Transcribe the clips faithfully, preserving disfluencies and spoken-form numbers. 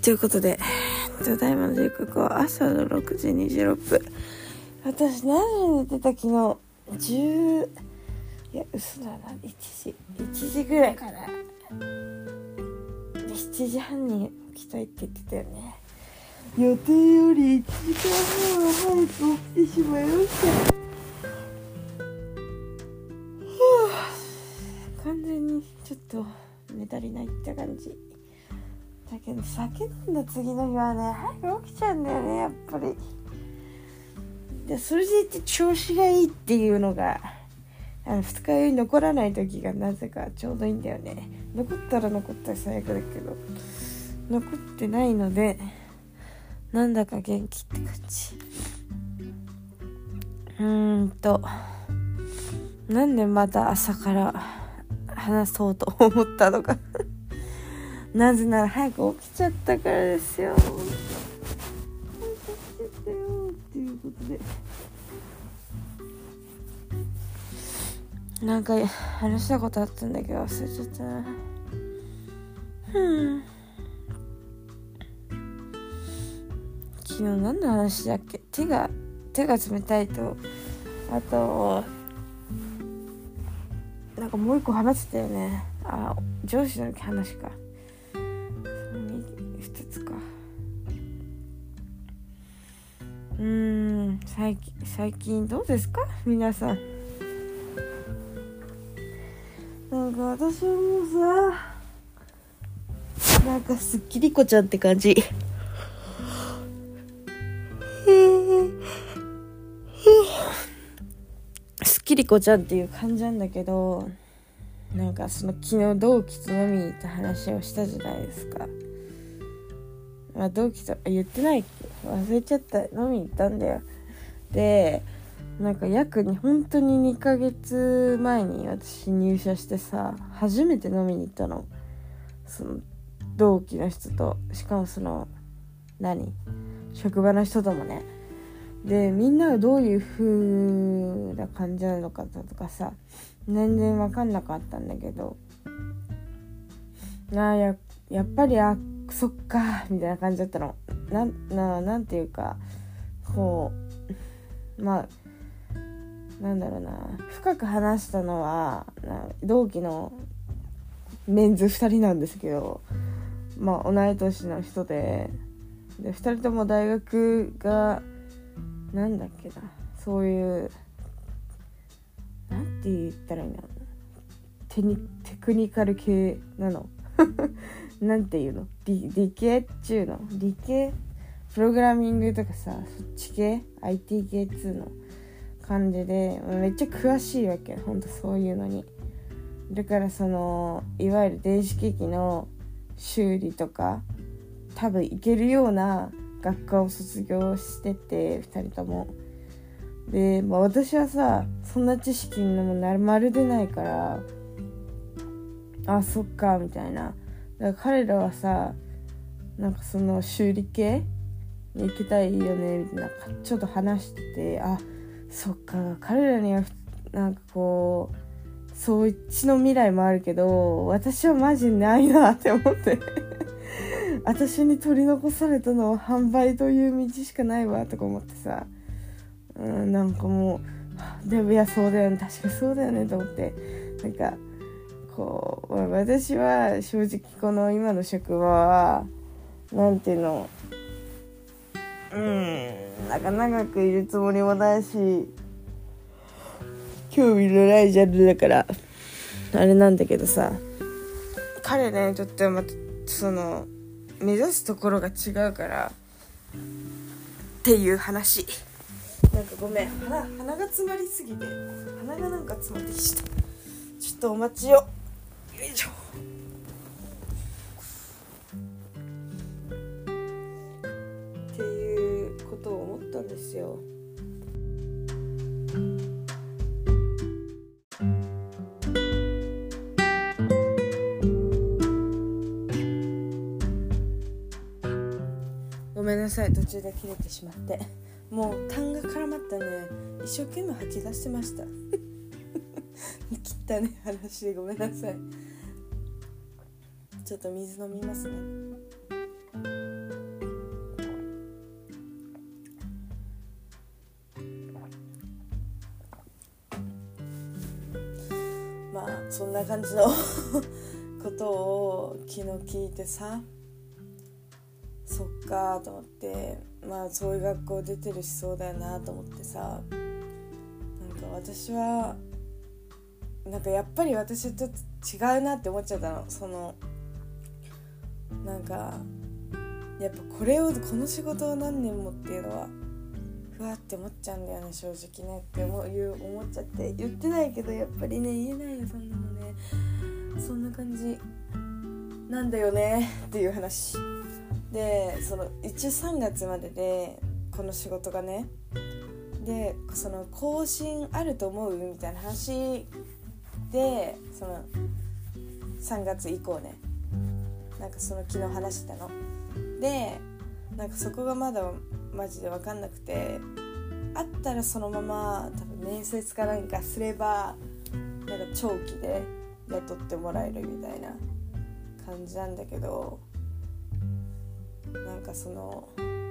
ということで、ただいまの時刻は朝のろくじにじゅうろっぷん。私何時に寝てた？昨日じゅういや嘘だな、いちじいちじぐらいかな。でしちじはんに起きたいって言ってたよね。予定よりいちじかんはん早く起きてしまいました。完全にちょっと寝足りないって感じだけど、酒飲んだ次の日はね早く起きちゃうんだよね、やっぱり。でそれでいて調子がいいっていうのが、あの二日酔い残らない時がなぜかちょうどいいんだよね。残ったら残ったら最悪だけど、残ってないのでなんだか元気って感じ。うーんとなんでまた朝から話そうと思ったのかなぜなら早く起きちゃったからですよ。早く起きちゃったよっていうことで、なんか話したことあったんだけど忘れちゃったな。ふん昨日何の話だっけ。手が手が冷たいと、あとなんかもう一個話してたよね。あ、上司の話か。ふたつか。うーん最近最近どうですか皆さん。なんか私はもうさ、なんかすっきりこちゃんって感じ。すっきりこちゃんっていう感じなんだけど、なんかその昨日同期と飲みに行った話をしたじゃないですか。まあ同期と言ってないっけ、忘れちゃった。飲みに行ったんだよ。でなんか約に本当ににかげつまえに私入社してさ、初めて飲みに行ったの、その同期の人と。しかもその何職場の人ともね。でみんながどういう風な感じなのかとかさ、全然分かんなかったんだけど、なあ や, やっぱりあそっかみたいな感じだったの。なななんていうかこうまあなんだろうな、深く話したのは同期のメンズふたりなんですけど、まあ同い年の人で、でふたりとも大学がなんだっけな、そういうなんて言ったらいいんだろうな、テニテクニカル系なのなんていうの、理, 理系っちゅうの、理系プログラミングとかさ、そっち系 アイティー 系っつうの感じで、めっちゃ詳しいわけ、ほんとそういうのに。だからそのいわゆる電子機器の修理とか多分いけるような学科を卒業しててふたりともで、まあ、私はさそんな知識もまるでないから、あそっかみたいな。だから彼らはさ、なんかその修理系に行きたいよねみたいなちょっと話してて、あそっか彼らにはなんかこうそっちの未来もあるけど私はマジないなって思って私に取り残されたのは販売という道しかないわとか思ってさ、うん、なんかもうでもいやそうだよね、確かそうだよねと思って、なんかこう私は正直この今の職場はなんていうの、うんなんか長くいるつもりもないし興味のないジャンルだからあれなんだけどさ、彼ねちょっとまたその目指すところが違うからっていう話。なんかごめん、鼻, 鼻が詰まりすぎて鼻がなんか詰まってきちゃった。ちょっとお待ちを。よいしょ。っていうことを思ったんですよ。ごめんなさい、途中で切れてしまって。もう痰が絡まったね、一生懸命吐き出してました切ったね話でごめんなさい。ちょっと水飲みますね。 そんな感じのことを昨日聞いてさ、そっかと思って、まあそういう学校出てるしそうだよなと思ってさ、なんか私はなんかやっぱり私と違うなって思っちゃったの。そのなんかやっぱこれをこの仕事を何年もっていうのはふわって思っちゃうんだよね、正直ねって思う思っちゃって、言ってないけどやっぱりね言えないよそんなのね、そんな感じなんだよねっていう話で、その一応さんがつまででこの仕事がね、でその更新あると思うみたいな話で、そのさんがつ以降ね、なんかその昨日話してたので、なんかそこがまだマジで分かんなくて、あったらそのまま多分面接かなんかすればなんか長期で雇ってもらえるみたいな感じなんだけど、なんかその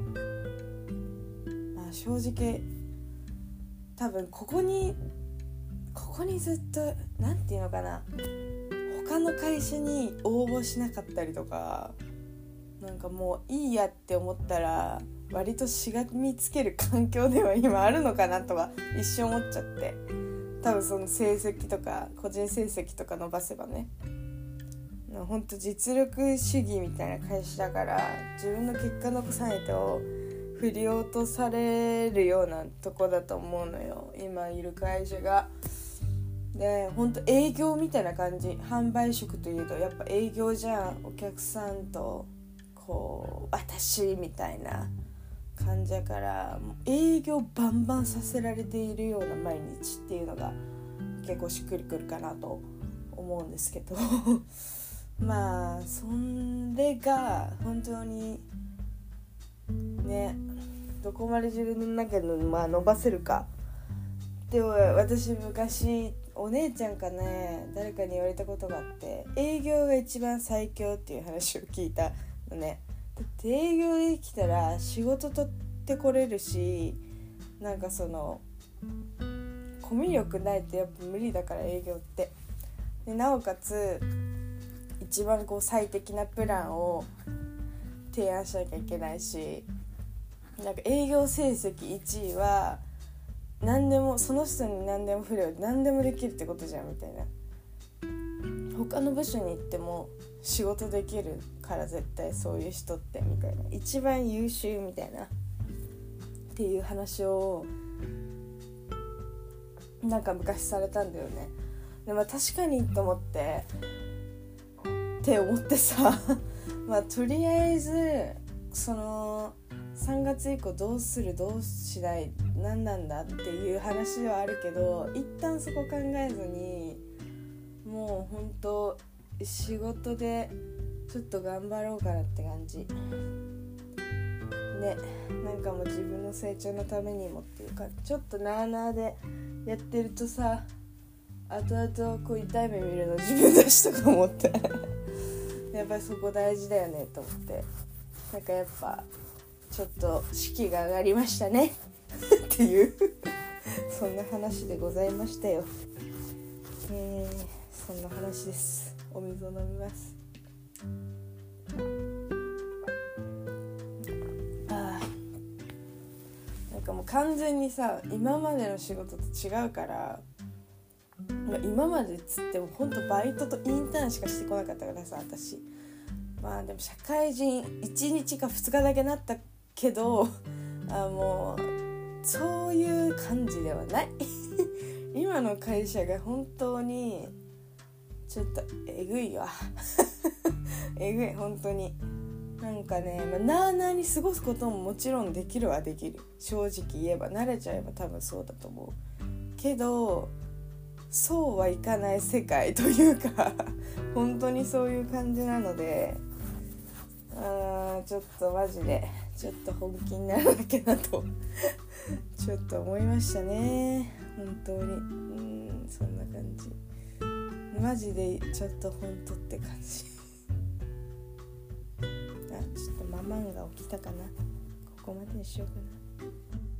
まあ正直多分ここにここにずっとなんていうのかな、他の会社に応募しなかったりとか、なんかもういいやって思ったら割としがみつける環境では今あるのかなとか一瞬思っちゃって、多分その成績とか個人成績とか伸ばせばね、ほんと実力主義みたいな会社だから、自分の結果残さないと振り落とされるようなとこだと思うのよ今いる会社が。でほんと営業みたいな感じ、販売職というとやっぱ営業じゃん、お客さんとこう私みたいな感じだから、もう営業バンバンさせられているような毎日っていうのが結構しっくりくるかなと思うんですけどまあそれが本当にね、どこまで自分の中で、まあ、伸ばせるか。でも私昔お姉ちゃんかね誰かに言われたことがあって、営業が一番最強っていう話を聞いたのね。だって営業できたら仕事取ってこれるし、なんかそのコミュ力ないとやっぱ無理だから営業って。でなおかつ一番こう最適なプランを提案しなきゃいけないし、なんか営業成績いちいは何でもその人に何でも不良で何でもできるってことじゃんみたいな。他の部署に行っても仕事できるから絶対そういう人ってみたいな、一番優秀みたいなっていう話をなんか昔されたんだよね。でも確かにと思ってって思ってさまあとりあえずそのさんがつ以降どうするどうしない何なんだっていう話ではあるけど、一旦そこ考えずにもうほんと仕事でちょっと頑張ろうかなって感じね。なんかもう自分の成長のためにもっていうか、ちょっとなあなあでやってるとさ、後々こう痛い目見るの自分だしとか思ってやっぱりそこ大事だよねと思って、なんかやっぱちょっと士気が上がりましたねっていうそんな話でございましたよ。えー、そんな話です。お水を飲みます。あー、なんかもう完全にさ今までの仕事と違うから、まあ、今までっつってもほんとバイトとインターンしかしてこなかったからさ私。まあでも社会人いちにちかふつかだけなったけど、あもうそういう感じではない今の会社が本当にちょっとえぐいわえぐい本当に。なんかね、まあ、なあなあに過ごすことももちろんできるはできる、正直言えば慣れちゃえば多分そうだと思うけど、そうはいかない世界というか本当にそういう感じなので、あーちょっとマジでちょっと本気にならなきゃなとちょっと思いましたね本当に。うん、そんな感じマジでちょっと本当って感じあ、ちょっとママンが起きたかな、ここまでにしようかな。